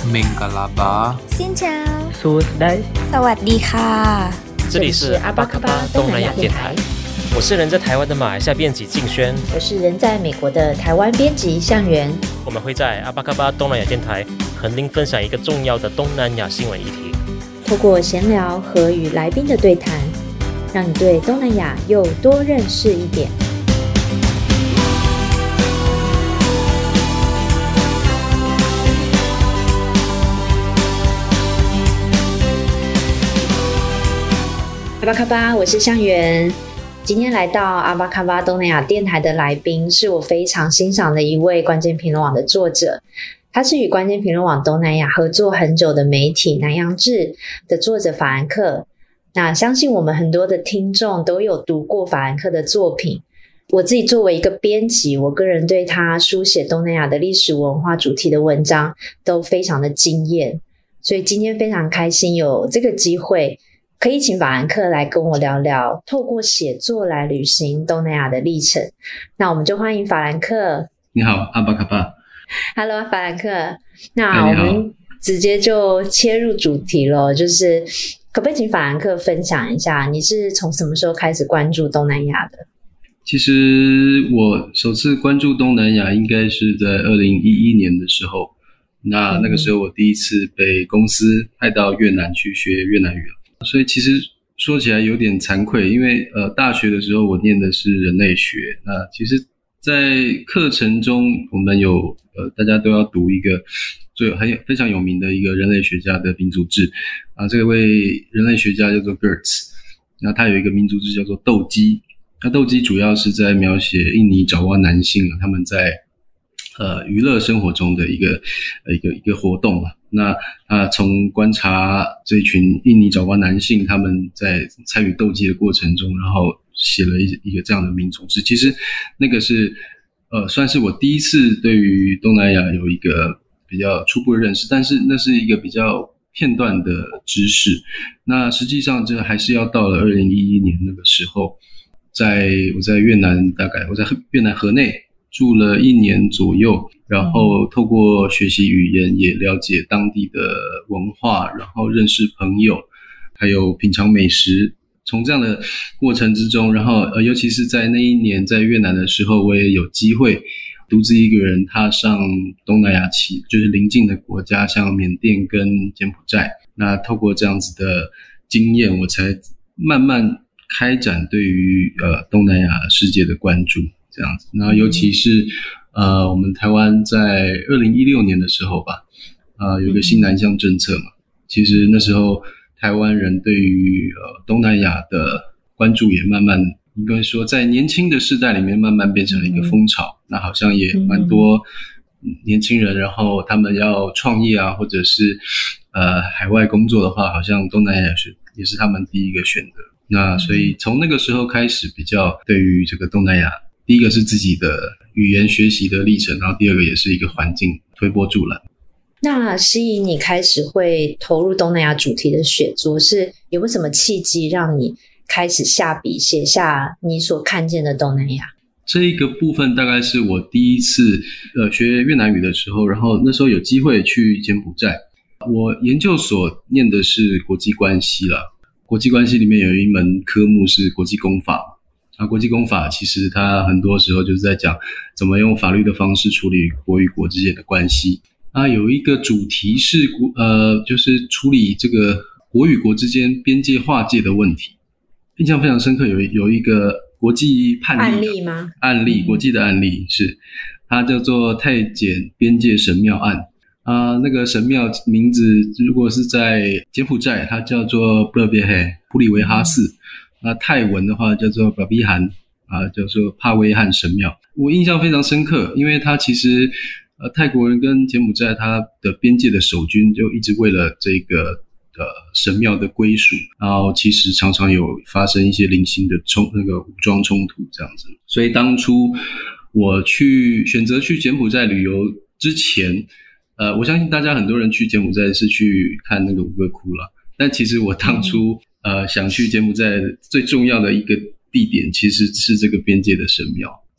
明格拉巴 Xin chào Sudai สวัสดีค่ะ这里是阿巴卡巴东南亚电台，我是人在台湾的马来西亚编辑敬轩， 我是人在美国的台湾编辑向元。 我们会在阿巴卡巴东南亚电台和您分享一个重要的东南亚新闻议题， 透过闲聊和与来宾的对谈，让你对东南亚又多认识一点。阿巴卡巴，我是向元。今天来到阿巴卡巴东南亚电台的来宾是我非常欣赏的一位关键评论网的作者，他是与关键评论网东南亚合作很久的媒体南洋志的作者法兰克。那相信我们很多的听众都有读过法兰克的作品，我自己作为一个编辑，我个人对他书写东南亚的历史文化主题的文章都非常的惊艳，所以今天非常开心有这个机会可以请法兰克来跟我聊聊透过写作来旅行东南亚的历程。那我们就欢迎法兰克。 你好，阿巴卡巴。 Hello， 法兰克。那我们直接就切入主题咯，就是可不可以请法兰克分享一下你是从什么时候开始关注东南亚的？ 其实我首次关注东南亚应该是在2011年的时候，那个时候我第一次被公司派到越南去学越南语，所以其实说起来有点惭愧，因为大学的时候我念的是人类学，那其实在课程中我们有大家都要读一个非常有名的一个人类学家的民族志啊，这位人类学家叫做 Gertz， 那他有一个民族志叫做斗鸡，那斗鸡主要是在描写印尼爪哇男性他们在娱乐生活中的一个活动嘛。那从观察这群印尼爪哇男性他们在参与斗鸡的过程中，然后写了一个这样的民族志。其实那个是算是我第一次对于东南亚有一个比较初步的认识，但是那是一个比较片段的知识。那实际上这还是要到了2011年那个时候，我在越南我在越南河内住了1年左右，然后透过学习语言也了解当地的文化，然后认识朋友，还有品尝美食。从这样的过程之中，然后尤其是在那一年在越南的时候，我也有机会独自一个人踏上东南亚就是邻近的国家，像缅甸跟柬埔寨。那透过这样子的经验，我才慢慢开展对于东南亚世界的关注这样子。那尤其是我们台湾在2016年的时候吧，有一个新南向政策嘛，其实那时候台湾人对于东南亚的关注也慢慢应该说在年轻的世代里面慢慢变成了一个风潮。那好像也蛮多年轻人，然后他们要创业啊，或者是海外工作的话，好像东南亚也是他们第一个选择。那所以从那个时候开始，比较对于这个东南亚，第一个是自己的语言学习的历程，然后第二个也是一个环境推波助澜。 那吸引你开始会投入东南亚主题的写作，是有没有什么契机让你开始下笔写下你所看见的东南亚？ 这一个部分大概是我第一次学越南语的时候，然后那时候有机会去柬埔寨。我研究所念的是国际关系啦，国际关系里面有一门科目是国际公法。国际公法其实它很多时候就是在讲怎么用法律的方式处理国与国之间的关系。有一个主题是就是处理这个国与国之间边界划界的问题。印象非常深刻，有一个国际判例案例吗？ 案例，国际的案例是它叫做泰柬边界神庙案。那个神庙名字如果是在柬埔寨，它叫做普里维哈寺。那泰文的话叫做巴比罕叫做帕威汉神庙。我印象非常深刻，因为它其实泰国人跟柬埔寨它的边界的守军就一直为了这个神庙的归属，然后其实常常有发生一些零星的武装冲突这样子。所以当初我选择去柬埔寨旅游之前，我相信大家很多人去柬埔寨是去看那个吴哥窟啦，但其实我当初想去柬埔寨最重要的一个地点其实是这个边界的神庙。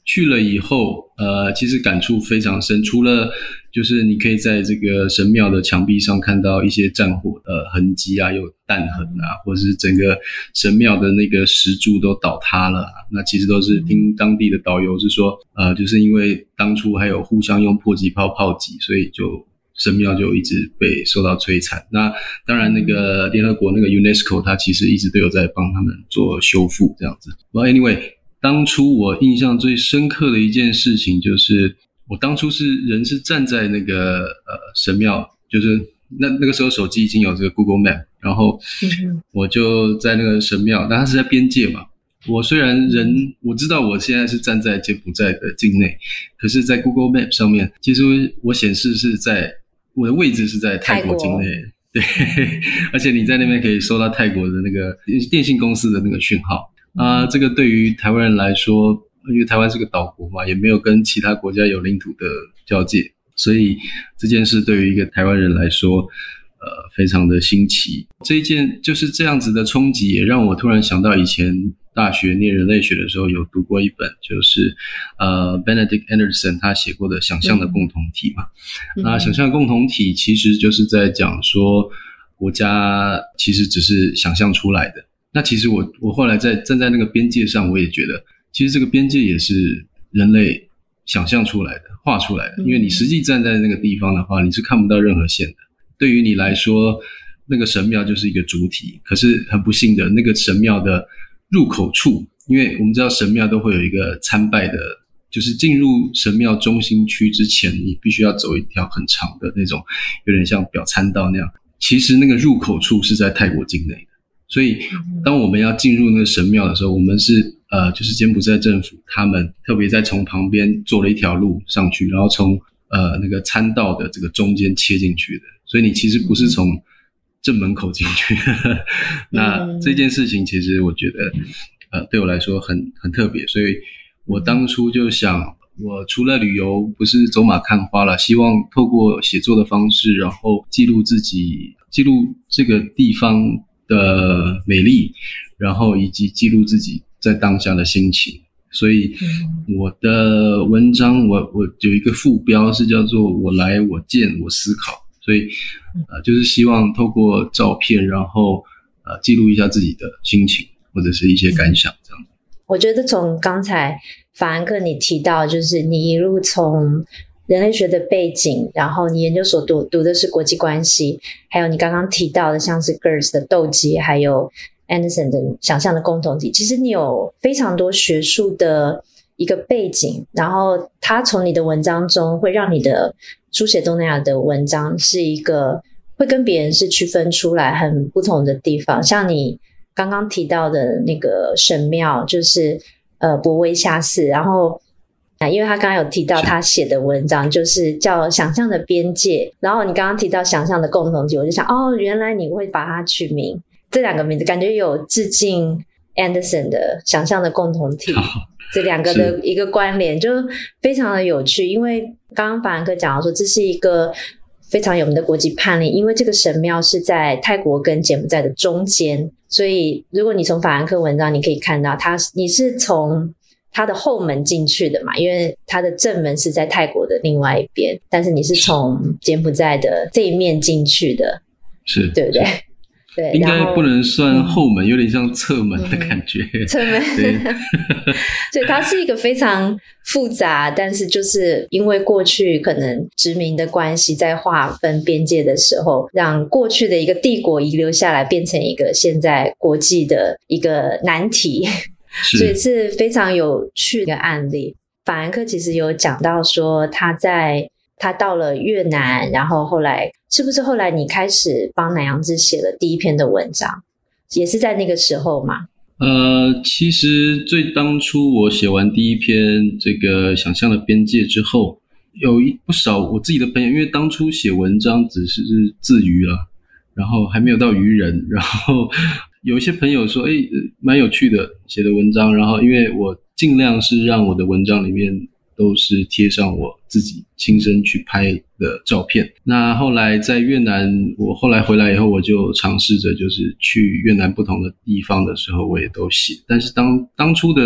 去了以后其实感触非常深，除了就是你可以在这个神庙的墙壁上看到一些战火的痕迹啊，有弹痕啊，或者是整个神庙的那个石柱都倒塌了啊，那其实都是听当地的导游是说就是因为当初还有互相用迫击炮炮击，所以就神庙就一直被受到摧残。那当然那个联合国那个 UNESCO 它其实一直都有在帮他们做修复这样子。Well anyway， 当初我印象最深刻的一件事情就是我当初人是站在那个神庙，就是那个时候手机已经有这个 Google Map， 然后我就在那个神庙，但它是在边界嘛。我虽然我知道我现在是站在柬埔寨的境内，可是在 Google Map 上面其实我显示我的位置是在泰国境内，对，而且你在那边可以收到泰国的那个电信公司的那个讯号这个对于台湾人来说，因为台湾是个岛国嘛，也没有跟其他国家有领土的交界，所以这件事对于一个台湾人来说非常的新奇。这一件就是这样子的冲击，也让我突然想到以前大学念人类学的时候有读过一本，就是Benedict Anderson 他写过的想象的共同体嘛。那想象共同体其实就是在讲说国家其实只是想象出来的。那其实我后来站在那个边界上，我也觉得其实这个边界也是人类想象出来的，画出来的，因为你实际站在那个地方的话，你是看不到任何线的。对于你来说，那个神庙就是一个主体，可是很不幸的，那个神庙的入口处，因为我们知道神庙都会有一个参拜的，就是进入神庙中心区之前，你必须要走一条很长的那种有点像表参道那样，其实那个入口处是在泰国境内的。所以当我们要进入那个神庙的时候，我们是就是柬埔寨政府他们特别在从旁边做了一条路上去，然后从那个参道的这个中间切进去的，所以你其实不是从正门口进去那这件事情其实我觉得对我来说很特别，所以我当初就想，我除了旅游不是走马看花了，希望透过写作的方式，然后记录这个地方的美丽，然后以及记录自己在当下的心情。所以我的文章我有一个副标是叫做我来我见我思考，所以就是希望透过照片，然后记录一下自己的心情或者是一些感想这样。 我觉得从刚才法兰克你提到，就是你一路从人类学的背景，然后你研究所读的是国际关系，还有你刚刚提到的像是 Girls 的斗鸡，还有 Anderson 的想象的共同体，其实你有非常多学术的一个背景，然后它从你的文章中会让你的书写东南亚的文章是一个会跟别人是区分出来很不同的地方。像你刚刚提到的那个神庙，就是博威夏寺，然后因为他刚刚有提到他写的文章就是叫想象的边界，然后你刚刚提到想象的共同体，我就想原来你会把它取名这两个名字，感觉有致敬 Anderson 的想象的共同体这两个的一个关联，就非常的有趣。因为刚刚法兰克讲到说这是一个非常有名的国际判例，因为这个神庙是在泰国跟柬埔寨的中间，所以如果你从法兰克文章你可以看到你是从他的后门进去的嘛，因为他的正门是在泰国的另外一边，但是你是从柬埔寨的这一面进去的，是对不对？对， 应该不能算后门，有点像侧门的感觉。 侧门，所以它是一个非常复杂，但是就是因为过去可能殖民的关系，在划分边界的时候，让过去的一个帝国遗留下来，变成一个现在国际的一个难题。所以是非常有趣的案例。法兰克其实有讲到说他到了越南，然后是不是后来你开始帮南洋志写了第一篇的文章，也是在那个时候吗？ 其实当初我写完第一篇这个想象的边界之后，有不少我自己的朋友，因为当初写文章只是自娱啦，然后还没有到愚人，然后有一些朋友说蛮有趣的写的文章，然后因为我尽量是让我的文章里面都是贴上我自己亲身去拍的照片。那后来在越南，我后来回来以后，我就尝试着就是去越南不同的地方的时候我也都写，但是当初的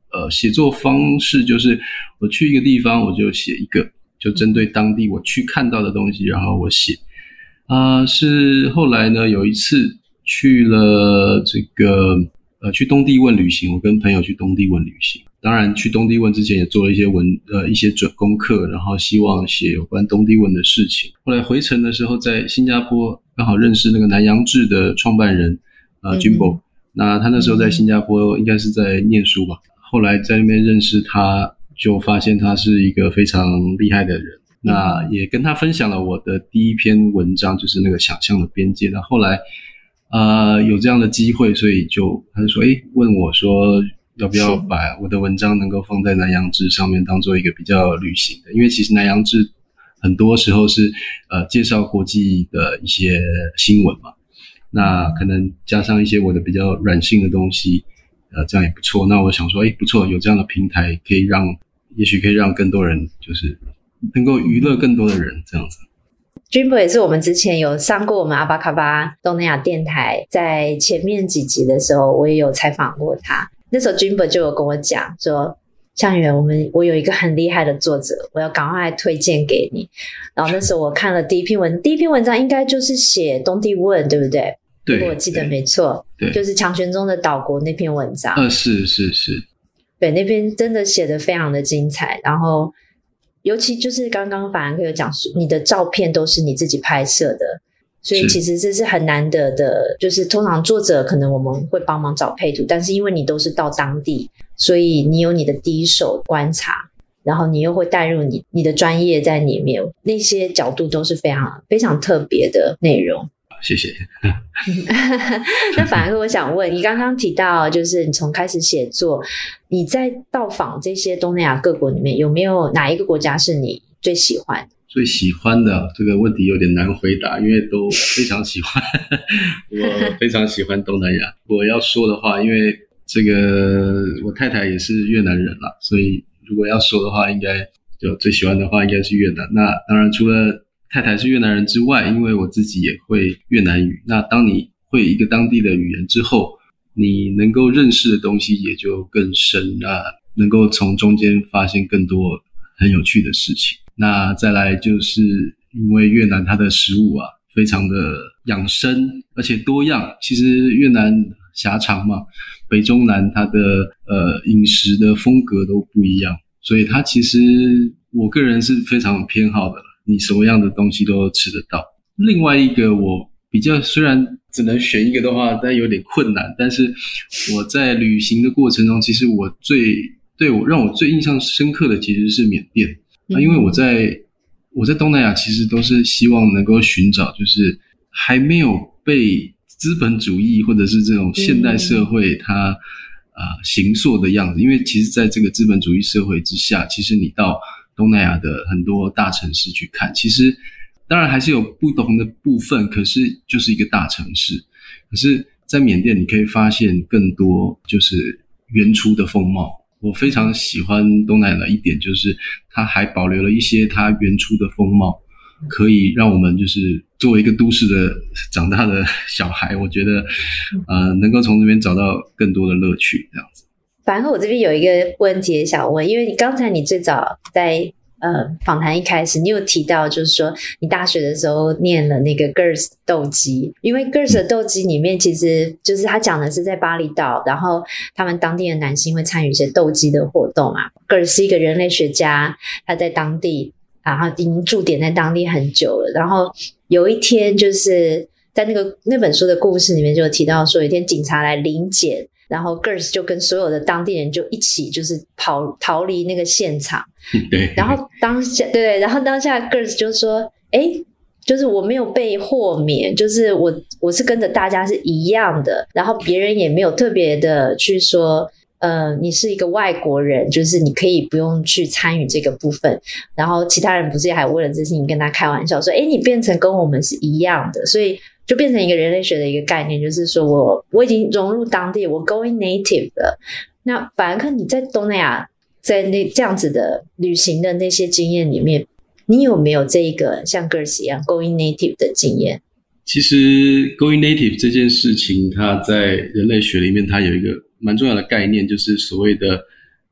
写作方式就是我去一个地方我就写一个，就针对当地我去看到的东西然后我写。是后来呢有一次去了这个去东帝汶旅行，我跟朋友去东帝汶旅行。当然去东帝汶之前也做了一些准功课，然后希望写有关东帝汶的事情。后来回程的时候在新加坡刚好认识那个南洋志的创办人Jimbo，那他那时候在新加坡应该是在念书吧，后来在那边认识他，就发现他是一个非常厉害的人。那也跟他分享了我的第一篇文章，就是那个想象的边界。那后来有这样的机会，所以他就说问我说要不要把我的文章能够放在南洋志上面当做一个比较旅行的，因为其实南洋志很多时候是介绍国际的一些新闻嘛，那可能加上一些我的比较软性的东西这样也不错。那我想说不错，有这样的平台也许可以让更多人就是能够娱乐更多的人这样子。 Jimbo 也是我们之前有上过我们阿巴卡巴东南亚电台，在前面几集的时候我也有采访过他，那时候 Jimbo 就有跟我讲说，向远我有一个很厉害的作者，我要赶快推荐给你。然后那时候我看了第一篇文章应该就是写东帝汶对不对？ 对， 如果我记得没错， 对， 就是强权中的岛国那篇文章。 是对，那篇真的写得非常的精彩，然后尤其就是刚刚法兰克有讲你的照片都是你自己拍摄的，所以其实这是很难得的，就是通常作者可能我们会帮忙找配图，但是因为你都是到当地，所以你有你的第一手观察，然后你又会带入你的专业在里面，那些角度都是非常非常特别的内容。 谢谢。 那反而我想问你，刚刚提到就是你从开始写作，你在到访这些东南亚各国里面，有没有哪一个国家是你最喜欢？ 最喜欢的这个问题有点难回答，因为都非常喜欢。我非常喜欢东南亚。我要说的话，因为这个我太太也是越南人啦，所以如果要说的话，应该就最喜欢的话应该是越南。那当然除了太太是越南人之外，因为我自己也会越南语，那当你会一个当地的语言之后，你能够认识的东西也就更深，那能够从中间发现更多很有趣的事情。那再来就是因为越南它的食物非常的养生而且多样，其实越南狭长嘛，北中南它的饮食的风格都不一样，所以它其实我个人是非常偏好的，你什么样的东西都吃得到。另外一个我比较虽然只能选一个的话但有点困难，但是我在旅行的过程中，其实让我最印象深刻的其实是缅甸。因为我在东南亚其实都是希望能够寻找就是还没有被资本主义或者是这种现代社会它形塑的样子。因为其实在这个资本主义社会之下，其实你到东南亚的很多大城市去看，其实当然还是有不同的部分，可是就是一个大城市。可是在缅甸你可以发现更多就是原初的风貌。我非常喜欢东南亚的一点就是它还保留了一些它原初的风貌，可以让我们就是作为一个都市的长大的小孩，我觉得能够从这边找到更多的乐趣这样子。 反正我这边有一个问题也想问，因为刚才你最早在访谈一开始你有提到就是说你大学的时候念了那个 GERS 斗鸡，因为 GERS 的斗鸡里面其实就是他讲的是在巴厘岛，然后他们当地的男性会参与一些斗鸡的活动嘛。GERS 是一个人类学家，他在当地然后已经驻点在当地很久了，然后有一天就是在那本书的故事里面就有提到说，有一天警察来临检，然后 GERS 就跟所有的当地人就一起就是逃离那个现场。 对， 然后当下 GERS 就说就是我没有被豁免，就是我是跟着大家是一样的，然后别人也没有特别的去说你是一个外国人，就是你可以不用去参与这个部分。然后其他人不是还为了这事情跟他开玩笑说你变成跟我们是一样的，所以就变成一个人类学的一个概念，就是说我已经融入当地，我 going native 了。那反而看你在东南亚在这样子的旅行的那些经验里面，你有没有这一个像 GERS 一样 going native 的经验？ 其实 going native 这件事情它在人类学里面它有一个蛮重要的概念，就是所谓的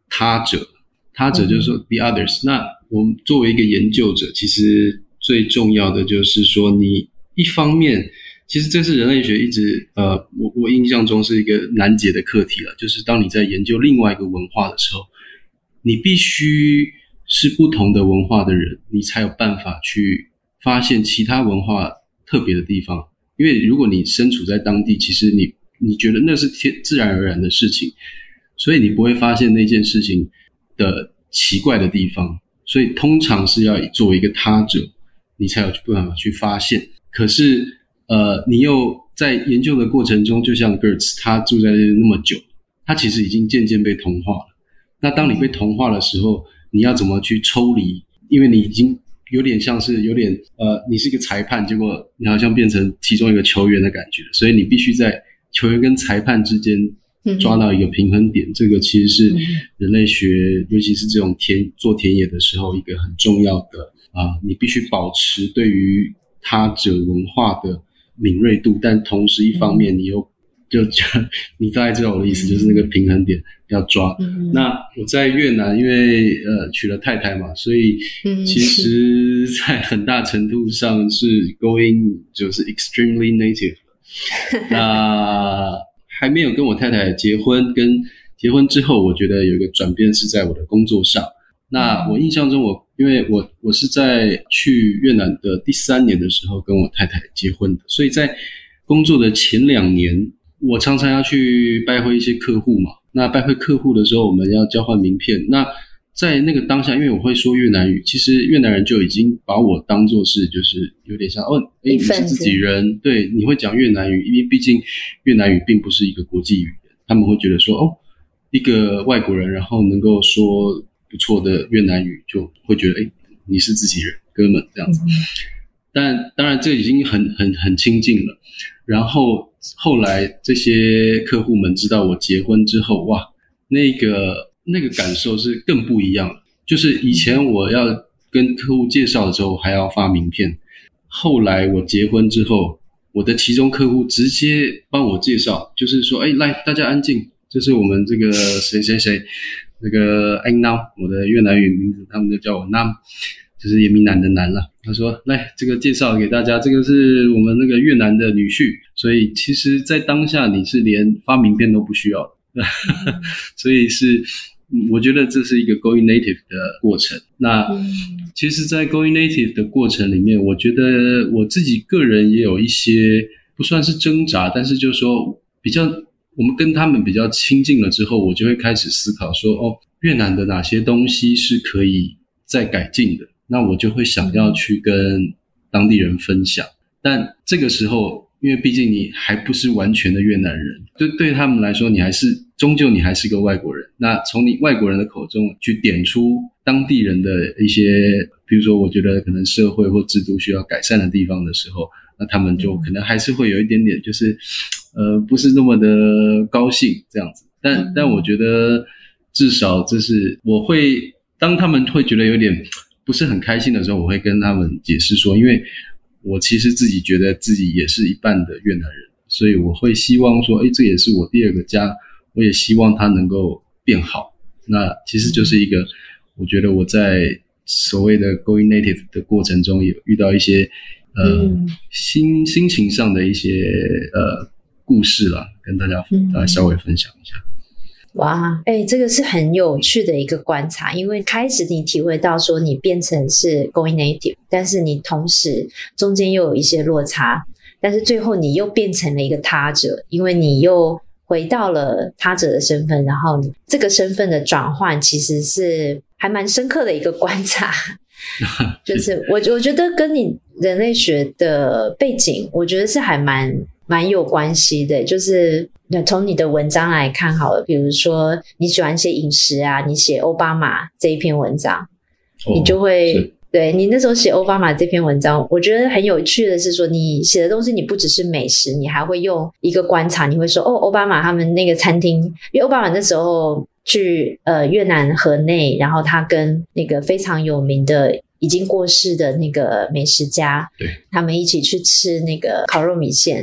他者就是说 the others。那我们作为一个研究者，其实最重要的就是说，你一方面，其实这是人类学一直我印象中是一个难解的课题了，就是当你在研究另外一个文化的时候，你必须是不同的文化的人，你才有办法去发现其他文化特别的地方。因为如果你身处在当地，其实你觉得那是自然而然的事情，所以你不会发现那件事情的奇怪的地方。所以通常是要作为一个他者，你才有办法去发现。可是你又在研究的过程中，就像 Gertz 他住在这里那么久，他其实已经渐渐被同化了。那当你被同化的时候，你要怎么去抽离？因为你已经有点像是你是一个裁判，结果你好像变成其中一个球员的感觉，所以你必须在球员跟裁判之间抓到一个平衡点。这个其实是人类学，尤其是这种做田野的时候一个很重要的你必须保持对于他者文化的敏锐度，但同时一方面你又你大概知道我的意思，就是那个平衡点要抓。那我在越南，因为娶了太太嘛，所以其实在很大程度上是 就是 extremely native 那还没有跟我太太结婚，跟结婚之后，我觉得有一个转变是在我的工作上。那我印象中因为我是在去越南的第3年的时候跟我太太结婚的，所以在工作的前2年，我常常要去拜会一些客户嘛。那拜会客户的时候，我们要交换名片。那在那个当下，因为我会说越南语，其实越南人就已经把我当作是就是有点像你是自己人，对，你会讲越南语，因为毕竟越南语并不是一个国际语言，他们会觉得说一个外国人然后能够说不错的越南语，就会觉得你是自己人，哥们这样子。但当然这已经很亲近了。然后后来这些客户们知道我结婚之后，哇，那个感受是更不一样了。就是以前我要跟客户介绍的时候还要发名片，后来我结婚之后，我的其中客户直接帮我介绍，就是说来大家安静，这是我们这个谁谁谁，那个anh Nam，我的越南语名字他们就叫我 Nam， 就是也闽南的南了。他说来这个介绍给大家，这个是我们那个越南的女婿。所以其实在当下你是连发名片都不需要的所以我觉得这是一个 going native 的过程。那其实在 going native 的过程里面，我觉得我自己个人也有一些不算是挣扎，但是就是说我们跟他们比较亲近了之后，我就会开始思考说越南的哪些东西是可以再改进的，那我就会想要去跟当地人分享。但这个时候因为毕竟你还不是完全的越南人，就对他们来说终究你还是个外国人。那从你外国人的口中去点出当地人的一些比如说我觉得可能社会或制度需要改善的地方的时候，那他们就可能还是会有一点点就是不是那么的高兴这样子。但我觉得至少这是我会当他们会觉得有点不是很开心的时候，我会跟他们解释说，因为我其实自己觉得自己也是一半的越南人，所以我会希望说这也是我第二个家，我也希望它能够变好。那其实就是一个我觉得我在所谓的 going native 的过程中有遇到一些心情上的一些故事啦，跟大家稍微分享一下。 哇，这个是很有趣的一个观察，因为开始你体会到说你变成是 going native， 但是你同时中间又有一些落差，但是最后你又变成了一个他者，因为你又回到了他者的身份，然后你这个身份的转换其实是还蛮深刻的一个观察就是我觉得跟你人类学的背景我觉得是还蛮有关系的。就是从你的文章来看好了，比如说你喜欢写饮食啊，你写奥巴马这一篇文章，你就会对你那时候写奥巴马这篇文章，我觉得很有趣的是说你写的东西你不只是美食，你还会用一个观察，你会说奥巴马他们那个餐厅，因为奥巴马那时候去越南河内，然后他跟那个非常有名的已经过世的那个美食家，对，他们一起去吃那个烤肉米线。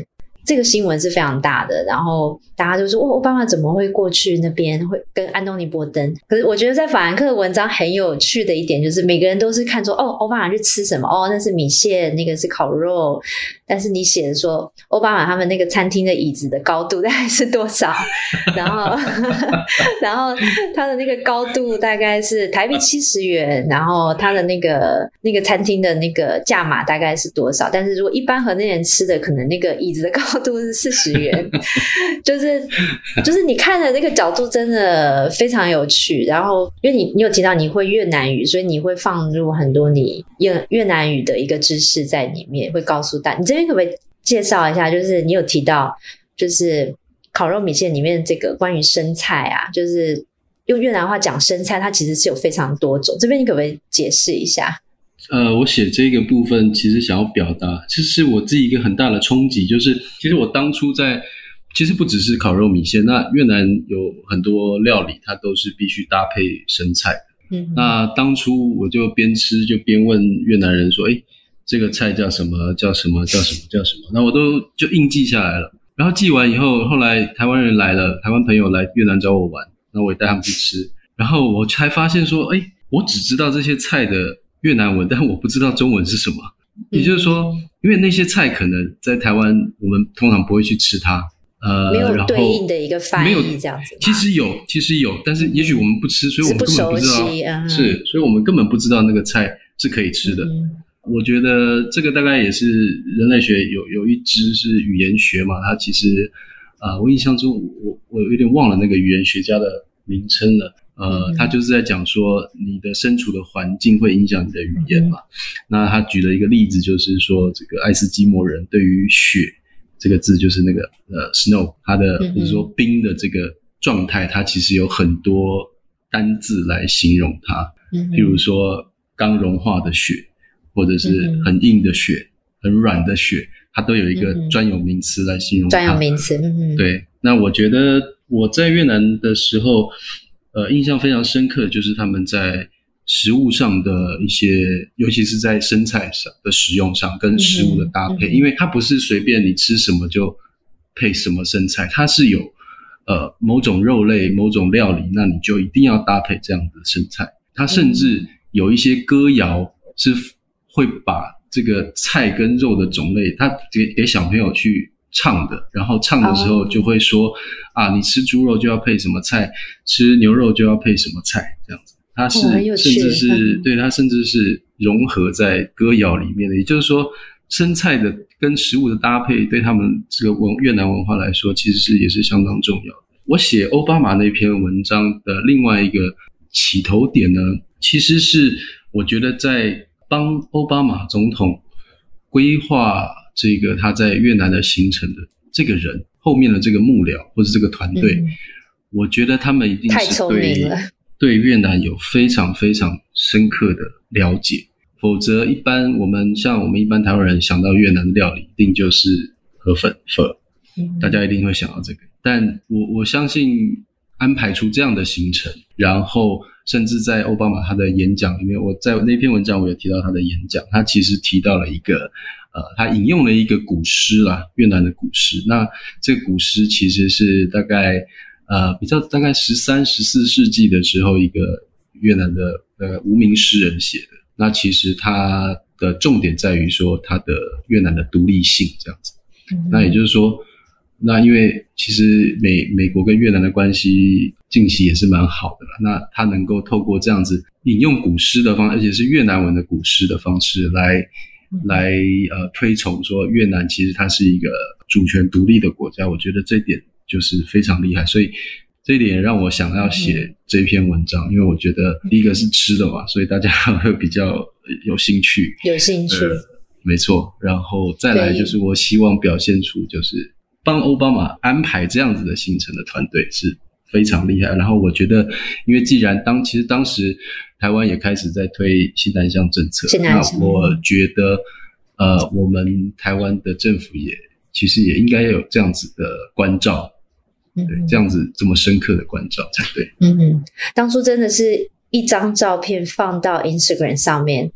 这个新闻是非常大的，然后大家就说奥巴马怎么会过去那边会跟安东尼波登。可是我觉得在法兰克的文章很有趣的一点就是每个人都是看说奥巴马去吃什么，那是米线，那个是烤肉，但是你写的说奥巴马他们那个餐厅的椅子的高度大概是多少然后他的那个高度大概是台币70元，然后他的那个餐厅的那个价码大概是多少，但是如果一般和那人吃的可能那个椅子的高度是40元就是你看的那个角度真的非常有趣。然后因为你有提到你会越南语，所以你会放入很多你越南语的一个知识在里面，会告诉大家。你这边可不可以介绍一下，就是你有提到就是烤肉米线里面这个关于生菜啊，就是用越南话讲生菜它其实是有非常多种，这边你可不可以解释一下？ 我写这个部分其实想要表达，这是我自己一个很大的冲击，就是其实我当初其实不只是烤肉米线，那越南有很多料理它都是必须搭配生菜的。那当初我就边吃就边问越南人说，这个菜叫什么叫什么叫什么叫什么，那我都就硬记下来了。然后记完以后，后来台湾人来了，台湾朋友来越南找我玩，那我也带他们去吃，然后我才发现说我只知道这些菜的越南文，但我不知道中文是什么。也就是说因为那些菜可能在台湾我们通常不会去吃它， 没有对应的一个翻译这样子。 其实有，但是也许我们不吃，所以我们根本不知道，是，所以我们根本不知道那个菜是可以吃的。我觉得这个大概也是人类学有一支是语言学嘛，它其实我印象中我有点忘了那个语言学家的名称了。他就是在讲说你的身处的环境会影响你的语言嘛。那他举了一个例子，就是说这个爱斯基摩人对于雪这个字，就是那个snow， 它的或者说冰的这个状态，它其实有很多单字来形容它。譬如说刚融化的雪，或者是很硬的雪，很软的雪，它都有一个专有名词来形容它。专有名词。对，那我觉得我在越南的时候印象非常深刻，就是他们在食物上的一些，尤其是在生菜上的使用上跟食物的搭配，因为它不是随便你吃什么就配什么生菜，它是有某种肉类某种料理，那你就一定要搭配这样的生菜。它甚至有一些歌谣是会把这个菜跟肉的种类它给小朋友去唱的，然后唱的时候就会说你吃猪肉就要配什么菜，吃牛肉就要配什么菜，这样子。它是甚至是对，它甚至是融合在歌谣里面的。也就是说生菜的跟食物的搭配对他们这个越南文化来说其实也是相当重要的。我写奥巴马那篇文章的另外一个起头点呢，其实是我觉得在帮奥巴马总统规划这个他在越南的行程的这个人后面的这个幕僚或者这个团队，我觉得他们一定是对越南有非常非常深刻的了解，否则一般我们一般台湾人想到越南的料理一定就是河粉粉，大家一定会想到这个。但我相信安排出这样的行程，然后甚至在奥巴马他的演讲里面，我在那篇文章我有提到他的演讲，他其实提到了一个他引用了一个古诗啦，越南的古诗。那这个古诗其实是大概大概13、14世纪的时候一个越南的无名诗人写的。那其实他的重点在于说他的越南的独立性这样子。那也就是说，那因为其实美国跟越南的关系近期也是蛮好的啦，那他能够透过这样子引用古诗的方式，而且是越南文的古诗的方式来推崇说越南其实它是一个主权独立的国家，我觉得这一点就是非常厉害。所以这一点也让我想要写这篇文章，因为我觉得第一个是吃的嘛，所以大家会比较有兴趣没错。然后再来就是我希望表现出就是帮奥巴马安排这样子的行程的团队是非常厉害。然后我觉得因为既然其实当时台湾也开始在推新南向政策，那我觉得我们台湾的政府其实也应该要有这样子的关照，对，这样子这么深刻的关照才对。 当初真的是一张照片放到 Instagram 上面，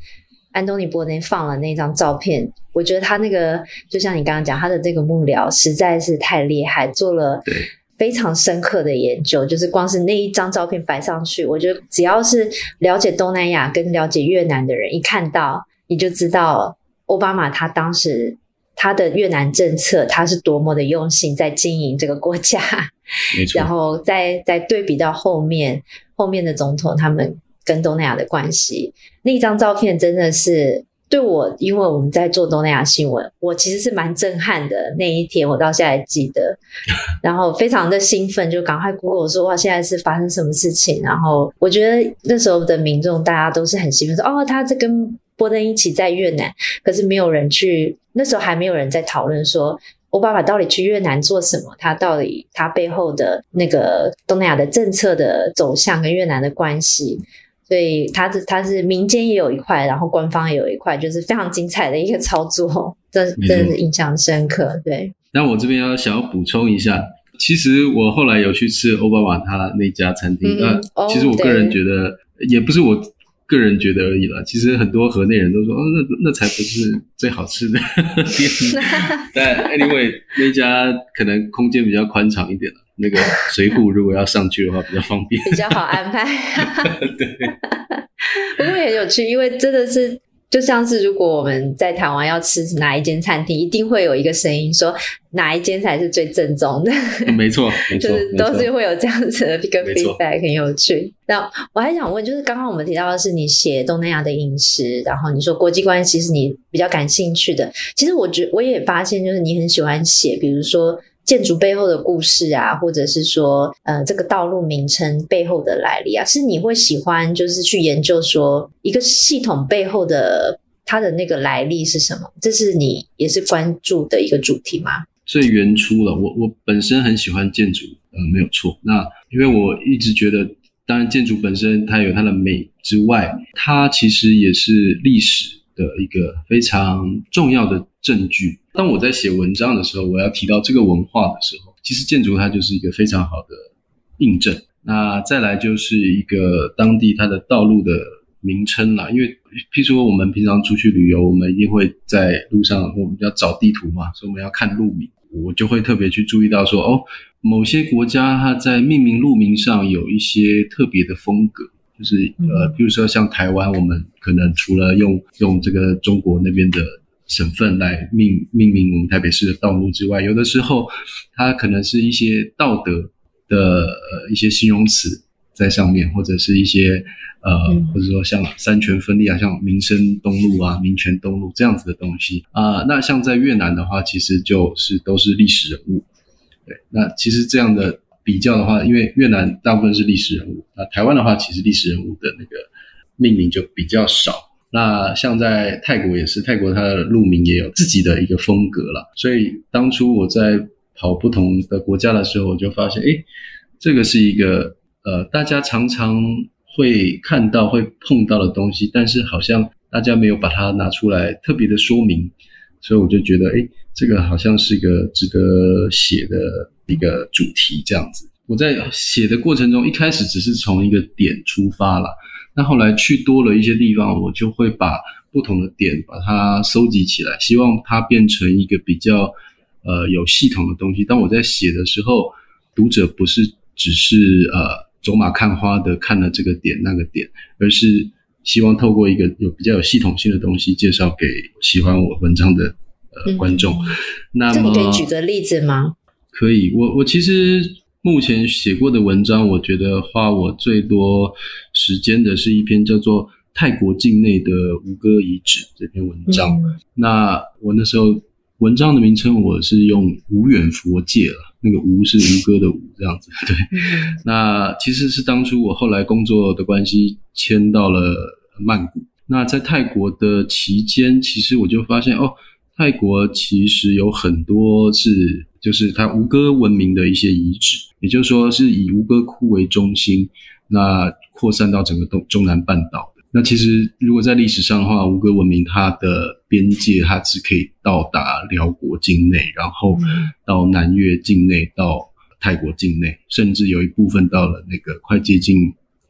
安东尼·波登放了那张照片，我觉得他那个就像你刚刚讲，他的这个幕僚实在是太厉害，做了非常深刻的研究，就是光是那一张照片摆上去，我觉得只要是了解东南亚跟了解越南的人，一看到你就知道奥巴马他当时他的越南政策他是多么的用心在经营这个国家， 没错。 然后再对比到后面的总统他们跟东南亚的关系，那张照片真的是对我，因为我们在做东南亚新闻，我其实是蛮震撼的。那一天我到现在还记得，然后非常的兴奋，就赶快 Google 说哇，现在是发生什么事情。然后我觉得那时候的民众大家都是很兴奋说哦，他在跟波登一起在越南，可是没有人去，那时候还没有人在讨论说奥巴马到底去越南做什么，他到底他背后的那个东南亚的政策的走向跟越南的关系。所以他是民间也有一块，然后官方也有一块，就是非常精彩的一个操作，真的是印象深刻。对， 但我这边想要补充一下，其实我后来有去吃奥巴马他那家餐厅，其实我个人觉得，也不是我个人觉得而已啦，其实很多河内人都说，那才不是最好吃的店。但 anyway 那家可能空间比较宽敞一点啦，那个水扈如果要上去的话比较方便， 比较好安排。 对， 不过也很有趣，因为真的是就像是如果我们在台湾要吃哪一间餐厅，一定会有一个声音说哪一间才是最正宗的。 没错，没错， 就是都是会有这样子的一个 feedback， 很有趣。那我还想问，就是刚刚我们提到的是你写东南亚的饮食，然后你说国际关系是你比较感兴趣的。其实我也发现，就是你很喜欢写，比如说建筑背后的故事啊，或者是说这个道路名称背后的来历啊，是你会喜欢就是去研究说一个系统背后的它的那个来历是什么？这是你也是关注的一个主题吗？ 最原初了，我本身很喜欢建筑，没有错。那因为我一直觉得，当然建筑本身它有它的美之外，它其实也是历史的一个非常重要的证据。当我在写文章的时候，我要提到这个文化的时候，其实建筑它就是一个非常好的印证。那再来就是一个当地它的道路的名称啦，因为譬如说我们平常出去旅游，我们一定会在路上我们要找地图嘛，所以我们要看路名，我就会特别去注意到说某些国家它在命名路名上有一些特别的风格，就是比如说像台湾，我们可能除了用这个中国那边的省份来命名我们台北市的道路之外，有的时候它可能是一些道德的一些形容词在上面，或者是一些或者说像三权分立啊，像民生东路啊、民权东路这样子的东西那像在越南的话，其实就是都是历史人物。对，那其实这样的比较的话，因为越南大部分是历史人物，那台湾的话其实历史人物的那个命名就比较少。那像在泰国也是，泰国它的路名也有自己的一个风格啦，所以当初我在跑不同的国家的时候，我就发现这个是一个大家常常会看到会碰到的东西，但是好像大家没有把它拿出来特别的说明，所以我就觉得这个好像是一个值得写的一个主题这样子。我在写的过程中，一开始只是从一个点出发啦，那后来去多了一些地方，我就会把不同的点把它收集起来，希望它变成一个比较有系统的东西。当我在写的时候，读者不是只是走马看花的看了这个点那个点，而是希望透过一个比较有系统性的东西介绍给喜欢我文章的观众。那么这你可以举个例子吗？ 可以，我其实目前写过的文章，我觉得花我最多时间的是一篇叫做泰国境内的吴哥遗址这篇文章。那我那时候文章的名称我是用无远佛界了，那个吴是吴哥的吴这样子。对，那其实是当初我后来工作的关系迁到了曼谷。那在泰国的期间，其实我就发现泰国其实有很多就是它吴哥文明的一些遗址，也就是说是以吴哥窟为中心，那扩散到整个中南半岛的。那其实如果在历史上的话，吴哥文明它的边界它只可以到达辽国境内，然后到南越境内，到泰国境内，甚至有一部分到了那个快接近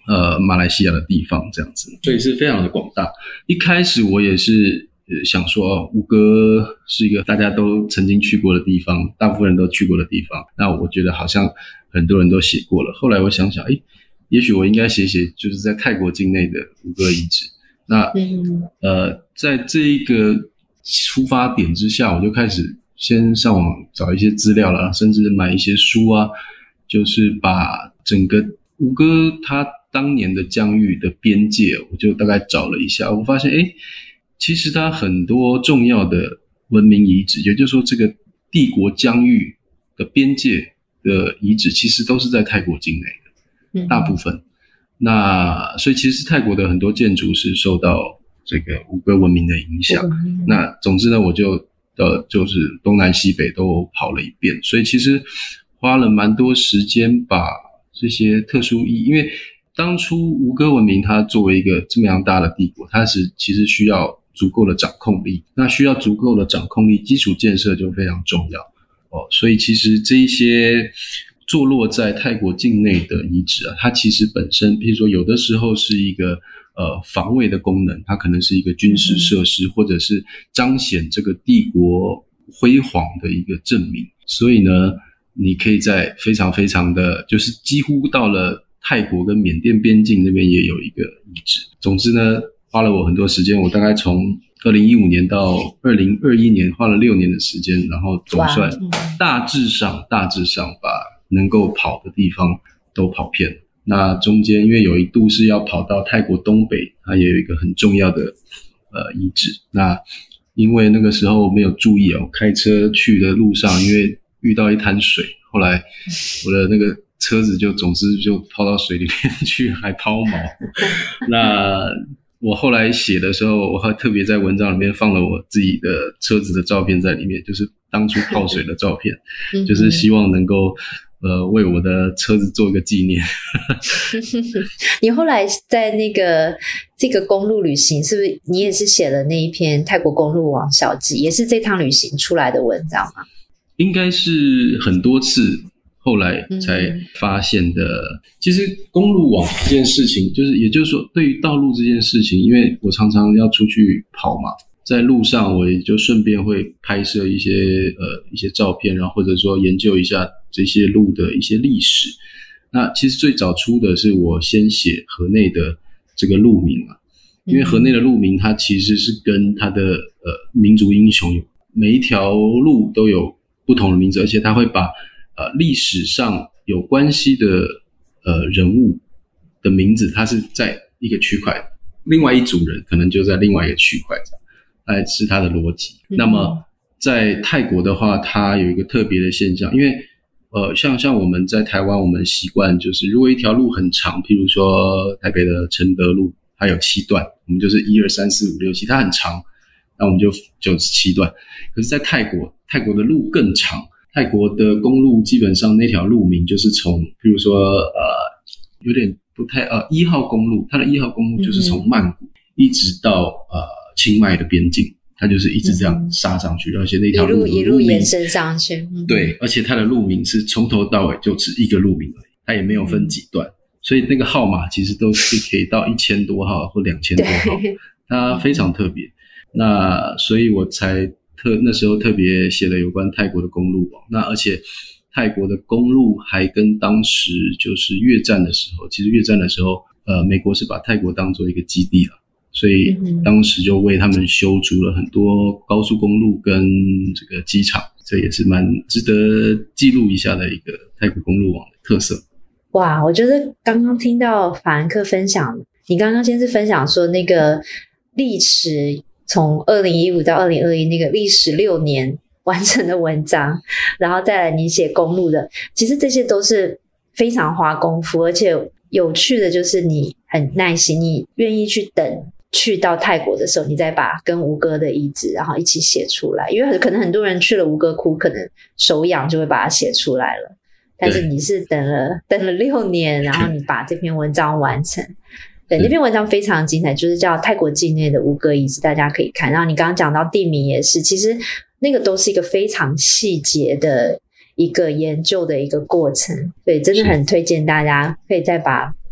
马来西亚的地方这样子，所以是非常的广大。一开始我也是想说吴哥是一个大家都曾经去过的地方，大部分人都去过的地方，那我觉得好像很多人都写过了。后来我想想也许我应该写就是在泰国境内的吴哥遗址。那在这一个出发点之下，我就开始先上网找一些资料了，甚至买一些书啊，就是把整个吴哥它当年的疆域的边界我就大概找了一下，我发现其实它很多重要的文明遗址，也就是说这个帝国疆域的边界的遗址其实都是在泰国境内的，大部分。那所以其实泰国的很多建筑是受到这个吴哥文明的影响。那总之呢，我就是东南西北都跑了一遍，所以其实花了蛮多时间把这些特殊意义，因为当初吴哥文明它作为一个这么样大的帝国，它其实需要足够的掌控力，那需要足够的掌控力，基础建设就非常重要所以其实这一些坐落在泰国境内的遗址啊，它其实本身譬如说有的时候是一个防卫的功能，它可能是一个军事设施，或者是彰显这个帝国辉煌的一个证明。所以呢，你可以在非常非常的就是几乎到了泰国跟缅甸边境那边也有一个遗址。总之呢，花了我很多时间，我大概从2015年到2021年花了6年的时间，然后总算大致上把能够跑的地方都跑遍了。那中间因为有一度是要跑到泰国东北，它也有一个很重要的遗址。那因为那个时候没有注意我开车去的路上因为遇到一滩水，后来我的那个车子总之就泡到水里面去，还抛锚。那我后来写的时候，我还特别在文章里面放了我自己的车子的照片在里面，就是当初泡水的照片，就是希望能够为我的车子做一个纪念。 你后来在这个公路旅行，是不是你也是写了那一篇泰国公路网小记，也是这趟旅行出来的文章吗？ 应该是很多次后来才发现的。其实公路网这件事情，也就是说对于道路这件事情，因为我常常要出去跑嘛，在路上我也就顺便会拍摄一些照片，然后或者说研究一下这些路的一些历史。那其实最早出的是我先写河内的这个路名啊，因为河内的路名它其实是跟它的民族英雄有每一条路都有不同的名字，而且它会把历史上有关系的人物的名字，它是在一个区块，另外一组人可能就在另外一个区块，是它的逻辑。那么在泰国的话，它有一个特别的现象，因为像我们在台湾，我们习惯就是如果一条路很长，譬如说台北的承德路，它有7段，我们就是1、2、3、4、5、6、7，它很长，那我们就7段。可是在泰国的路更长，泰国的公路基本上那条路名就是从譬如说有点不太1号公路，它的1号公路就是从曼谷一直到清迈的边境，它就是一直这样杀上去，而且那条路一路延伸上去。 对，而且它的路名是从头到尾就只一个路名而已，它也没有分几段，所以那个号码其实都是可以到1000多号或2000多号，它非常特别。那所以我才那时候特别写了有关泰国的公路网。那而且泰国的公路还跟当时就是越战的时候，其实越战的时候美国是把泰国当作一个基地了，所以当时就为他们修筑了很多高速公路跟这个机场，这也是蛮值得记录一下的一个泰国公路网的特色。 哇，我觉得刚刚听到法兰克分享，你刚刚先是分享说那个历时从2015到2021那个历时6年完成的文章，然后再来你写公路的，其实这些都是非常花功夫，而且有趣的就是你很耐心，你愿意去等去到泰国的时候，你再把跟吴哥的遗址然后一起写出来，因为可能很多人去了吴哥窟可能手痒就会把它写出来了，但是你是等了6年，然后你把这篇文章完成。对，那篇文章非常精彩，就是叫泰国境内的吴哥遗址，大家可以看。然后你刚刚讲到地名也是，其实那个都是一个非常细节的一个研究的一个过程。对，真的很推荐大家可以再把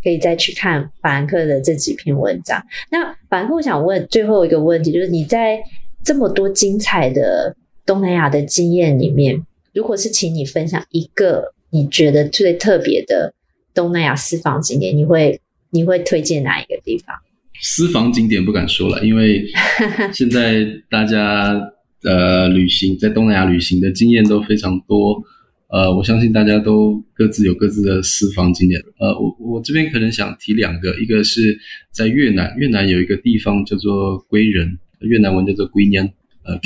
可以再去看法兰克的这几篇文章。那法兰克，我想问最后一个问题，就是你在这么多精彩的东南亚的经验里面，如果是请你分享一个你觉得最特别的东南亚私房景点，你会推荐哪一个地方？ 私房景点不敢说了，因为现在大家旅行在东南亚旅行的经验都非常多，我相信大家都各自有各自的私房景点。我这边可能想提两个，一个是在越南有一个地方叫做归仁，越南文叫做归年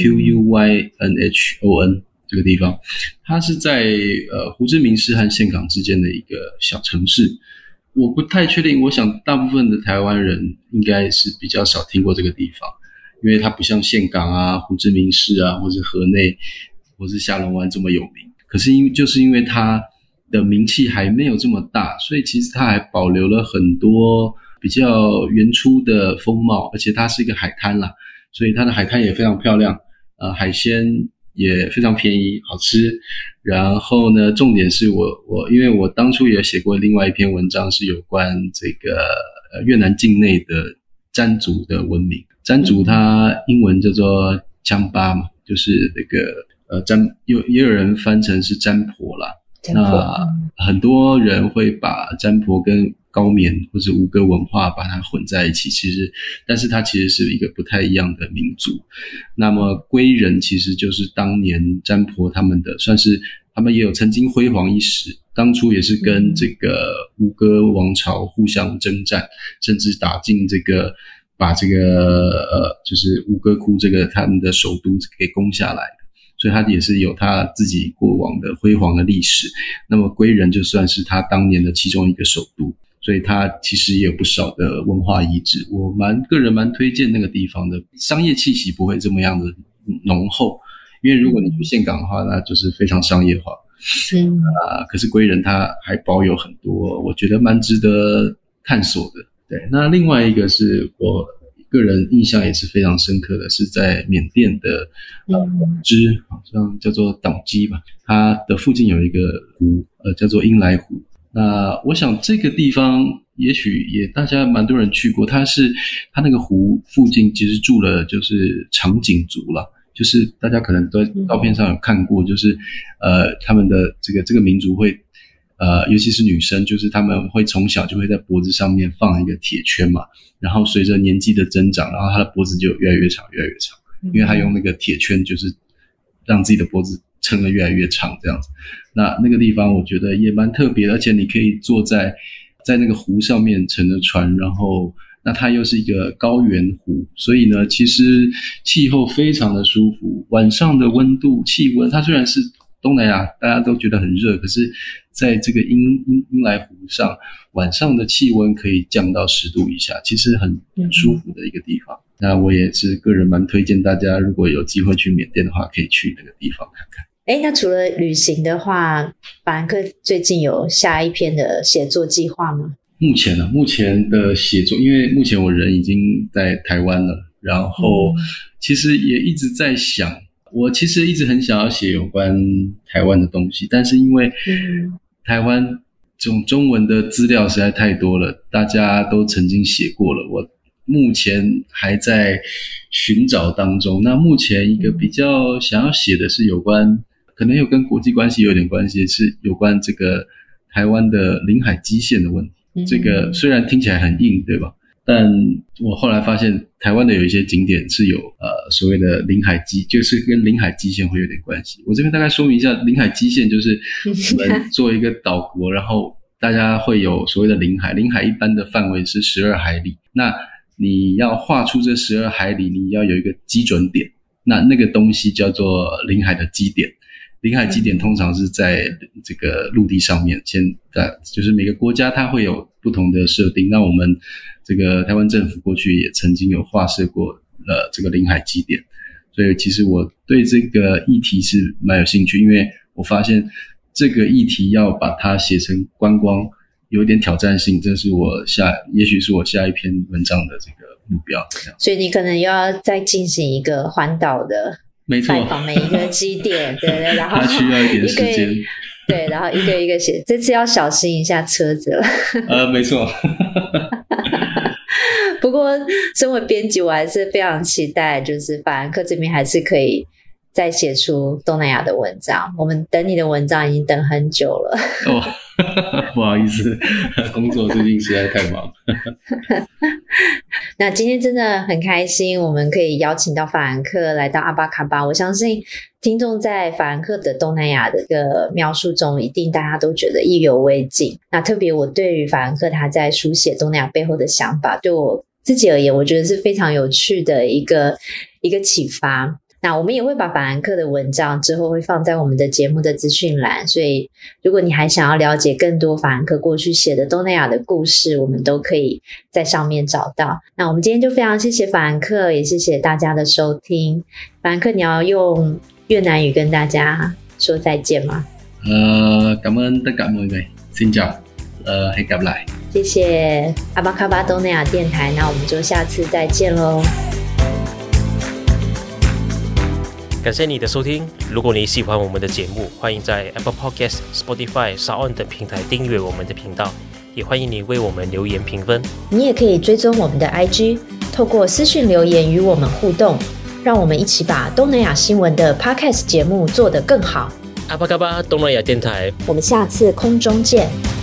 ，QUYNHON 这个地方，它是在胡志明市和岘港之间的一个小城市。我不太确定，我想大部分的台湾人应该是比较少听过这个地方，因为它不像岘港啊、胡志明市啊，或是河内，或是下龙湾这么有名。可是就是因为它的名气还没有这么大，所以其实它还保留了很多比较原初的风貌，而且它是一个海滩啦，所以它的海滩也非常漂亮，海鲜也非常便宜好吃。然后呢，重点是我因为我当初也写过另外一篇文章，是有关这个越南境内的占族的文明。占族它英文叫做江巴嘛，就是那个也有人翻成是占婆啦。那很多人会把占婆跟高棉或者吴哥文化把它混在一起，但是它其实是一个不太一样的民族。那么归仁其实就是当年占婆他们的，算是他们也有曾经辉煌一时，当初也是跟这个吴哥王朝互相征战，甚至把这个就是吴哥窟这个他们的首都给攻下来。所以他也是有他自己过往的辉煌的历史。那么归仁就算是他当年的其中一个首都，所以他其实也有不少的文化遗址。我个人蛮推荐那个地方的，商业气息不会这么样的浓厚，因为如果你去岘港的话，那就是非常商业化。可是归仁它还保有很多我觉得蛮值得探索的。对，那另外一个是我个人印象也是非常深刻的，是在缅甸的广芝，好像叫做党基吧，它的附近有一个湖，叫做英莱湖。那我想这个地方也许也大家蛮多人去过，它那个湖附近其实住了就是长颈族啦，就是大家可能都在照片上有看过，就是他们的这个民族会尤其是女生，就是他们会从小就会在脖子上面放一个铁圈嘛，然后随着年纪的增长，然后她的脖子就越来越长越来越长，因为她用那个铁圈就是让自己的脖子撑得越来越长这样子。那个地方我觉得也蛮特别的，而且你可以坐在那个湖上面乘着船，然后那它又是一个高原湖，所以呢其实气候非常的舒服，晚上的温度气温，它虽然是东南亚大家都觉得很热，可是在这个英莱湖上晚上的气温可以降到10度以下，其实很舒服的一个地方。那我也是个人蛮推荐大家，如果有机会去缅甸的话，可以去那个地方看看。 那除了旅行的话，法兰克最近有下一篇的写作计划吗？ 目前的写作，因为目前我人已经在台湾了，然后其实也一直在想，我其实一直很想要写有关台湾的东西，但是因为台湾这种中文的资料实在太多了，大家都曾经写过了，我目前还在寻找当中。那目前一个比较想要写的是有关，可能有跟国际关系有点关系，是有关这个台湾的临海基线的问题。这个虽然听起来很硬，对吧？但我后来发现台湾的有一些景点是有所谓的临海基，就是跟临海基线会有点关系。我这边大概说明一下，临海基线就是我们做一个岛国然后大家会有所谓的临海一般的范围是12海里，那你要画出这12海里，你要有一个基准点，那个东西叫做临海的基点。临海基点通常是在这个陆地上面，就是每个国家它会有不同的设定。那我们这个台湾政府过去也曾经有划设过这个临海基点，所以其实我对这个议题是蛮有兴趣，因为我发现这个议题要把它写成观光有点挑战性，这是也许是我下一篇文章的这个目标。 所以你可能又要再进行一个环岛的， 没错， 拜访每一个基点，对，然后它需要一点时间。 对，然后一个一个写，这次要小心一下车子了。 没错。 不过身为编辑，我还是非常期待，就是法兰克这边还是可以再写出东南亚的文章。我们等你的文章已经等很久了。 哦，不好意思，工作最近实在太忙。 那今天真的很开心，我们可以邀请到法兰克来到阿巴卡巴。我相信听众在法兰克的东南亚的这个描述中，一定大家都觉得意犹未尽。那特别我对于法兰克他在书写东南亚背后的想法，对我自己而言，我觉得是非常有趣的一个启发。那我们也会把法兰克的文章之后会放在我们的节目的资讯栏，所以如果你还想要了解更多法兰克过去写的东南亚的故事，我们都可以在上面找到。那我们今天就非常谢谢法兰克，也谢谢大家的收听。法兰克，你要用越南语跟大家说再见吗 ？Cảm ơn tất cả mọi người. Xin chào. Hẹn gặp lại. 谢谢阿巴卡巴东南亚电台，那我们就下次再见咯。 感谢你的收听。如果你喜欢我们的节目，欢迎在 Apple Podcast、Spotify、SoundOn 等平台订阅我们的频道，也欢迎你为我们留言评分。 你也可以追踪我们的 IG， 透过私讯留言与我们互动，让我们一起把东南亚新闻的 Podcast 节目做得更好。 阿巴卡巴东南亚电台， 我们下次空中见。